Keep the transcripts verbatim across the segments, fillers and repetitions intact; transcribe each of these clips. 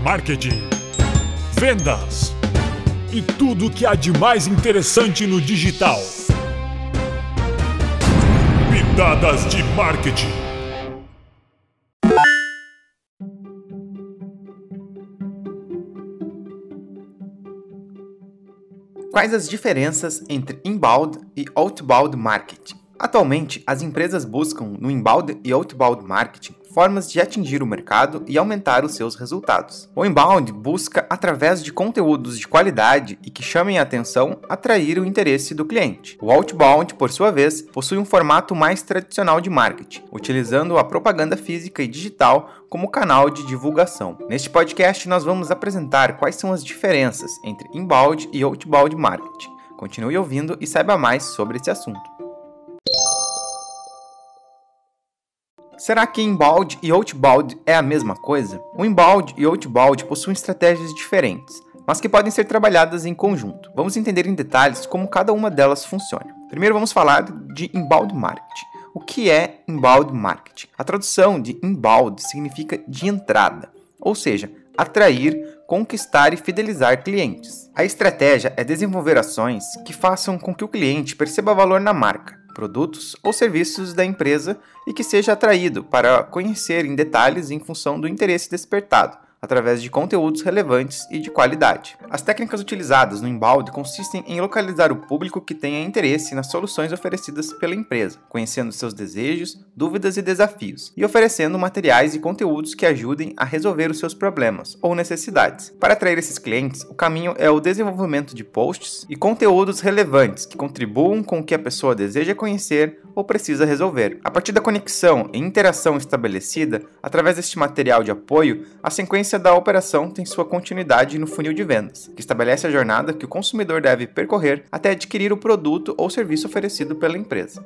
marketing, vendas e tudo o que há de mais interessante no digital. Pitadas de Marketing. Quais as diferenças entre inbound e outbound marketing? Atualmente, as empresas buscam no inbound e outbound marketing formas de atingir o mercado e aumentar os seus resultados. O inbound busca, através de conteúdos de qualidade e que chamem a atenção, atrair o interesse do cliente. O outbound, por sua vez, possui um formato mais tradicional de marketing, utilizando a propaganda física e digital como canal de divulgação. Neste podcast, nós vamos apresentar quais são as diferenças entre inbound e outbound marketing. Continue ouvindo e saiba mais sobre esse assunto. Será que inbound e outbound é a mesma coisa? O inbound e outbound possuem estratégias diferentes, mas que podem ser trabalhadas em conjunto. Vamos entender em detalhes como cada uma delas funciona. Primeiro vamos falar de inbound marketing. O que é inbound marketing? A tradução de inbound significa de entrada, ou seja, atrair, conquistar e fidelizar clientes. A estratégia é desenvolver ações que façam com que o cliente perceba valor na marca, produtos ou serviços da empresa e que seja atraído para conhecer em detalhes em função do interesse despertado, através de conteúdos relevantes e de qualidade. As técnicas utilizadas no inbound consistem em localizar o público que tenha interesse nas soluções oferecidas pela empresa, conhecendo seus desejos, dúvidas e desafios, e oferecendo materiais e conteúdos que ajudem a resolver os seus problemas ou necessidades. Para atrair esses clientes, o caminho é o desenvolvimento de posts e conteúdos relevantes que contribuam com o que a pessoa deseja conhecer ou precisa resolver. A partir da conexão e interação estabelecida, através deste material de apoio, a sequência da operação tem sua continuidade no funil de vendas, que estabelece a jornada que o consumidor deve percorrer até adquirir o produto ou serviço oferecido pela empresa.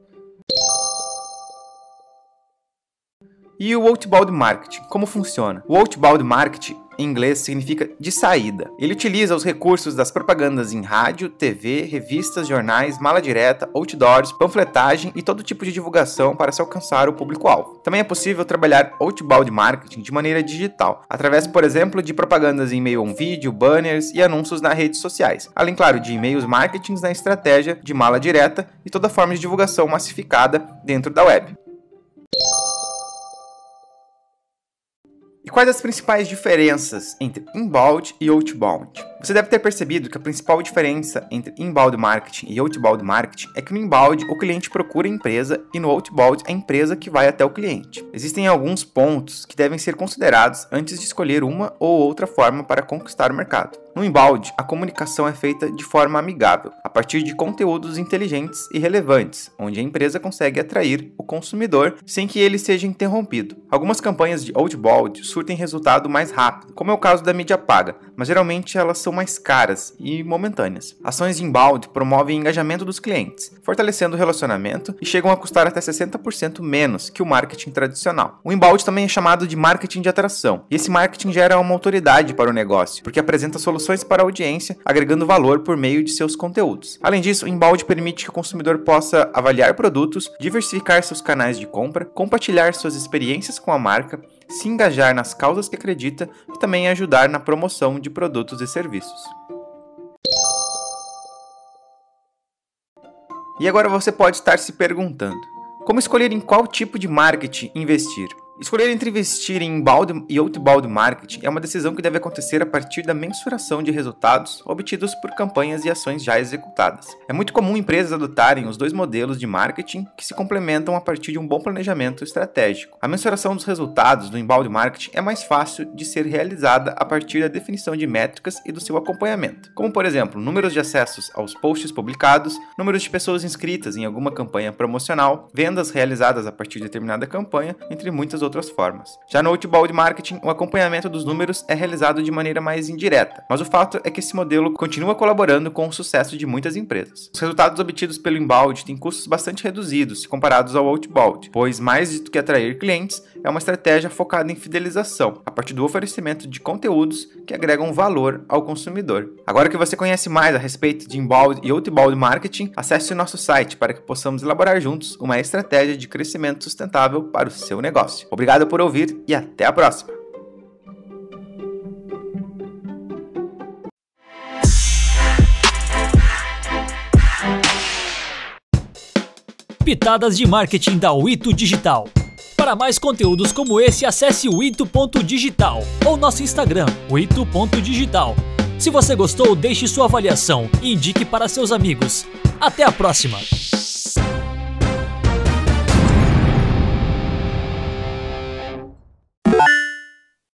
E o outbound marketing, como funciona? O outbound marketing, em inglês, significa de saída. Ele utiliza os recursos das propagandas em rádio, T V, revistas, jornais, mala direta, outdoors, panfletagem e todo tipo de divulgação para se alcançar o público-alvo. Também é possível trabalhar outbound marketing de maneira digital, através, por exemplo, de propagandas em meio a um vídeo, banners e anúncios nas redes sociais, além, claro, de e-mails marketing na estratégia de mala direta e toda forma de divulgação massificada dentro da web. E quais as principais diferenças entre inbound e outbound? Você deve ter percebido que a principal diferença entre inbound marketing e outbound marketing é que no inbound o cliente procura a empresa e no outbound a empresa que vai até o cliente. Existem alguns pontos que devem ser considerados antes de escolher uma ou outra forma para conquistar o mercado. No inbound, a comunicação é feita de forma amigável, a partir de conteúdos inteligentes e relevantes, onde a empresa consegue atrair o consumidor sem que ele seja interrompido. Algumas campanhas de outbound surtem resultado mais rápido, como é o caso da mídia paga, mas geralmente elas são mais caras e momentâneas. Ações de inbound promovem o engajamento dos clientes, fortalecendo o relacionamento e chegam a custar até sessenta por cento menos que o marketing tradicional. O inbound também é chamado de marketing de atração, e esse marketing gera uma autoridade para o negócio, porque apresenta soluções para a audiência, agregando valor por meio de seus conteúdos. Além disso, o inbound permite que o consumidor possa avaliar produtos, diversificar seus canais de compra, compartilhar suas experiências com a marca, se engajar nas causas que acredita e também ajudar na promoção de produtos e serviços. E agora você pode estar se perguntando: como escolher em qual tipo de marketing investir? Escolher entre investir em inbound e outbound marketing é uma decisão que deve acontecer a partir da mensuração de resultados obtidos por campanhas e ações já executadas. É muito comum empresas adotarem os dois modelos de marketing que se complementam a partir de um bom planejamento estratégico. A mensuração dos resultados do inbound marketing é mais fácil de ser realizada a partir da definição de métricas e do seu acompanhamento, como por exemplo, números de acessos aos posts publicados, números de pessoas inscritas em alguma campanha promocional, vendas realizadas a partir de determinada campanha, entre muitas outras outras formas. Já no outbound marketing, o acompanhamento dos números é realizado de maneira mais indireta, mas o fato é que esse modelo continua colaborando com o sucesso de muitas empresas. Os resultados obtidos pelo inbound têm custos bastante reduzidos se comparados ao outbound, pois mais do que atrair clientes, é uma estratégia focada em fidelização, a partir do oferecimento de conteúdos que agregam valor ao consumidor. Agora que você conhece mais a respeito de inbound e outbound marketing, acesse o nosso site para que possamos elaborar juntos uma estratégia de crescimento sustentável para o seu negócio. Obrigado por ouvir e até a próxima! Pitadas de Marketing da Wito Digital. Para mais conteúdos como esse, acesse wito ponto digital ou nosso Instagram, wito ponto digital. Se você gostou, deixe sua avaliação e indique para seus amigos. Até a próxima!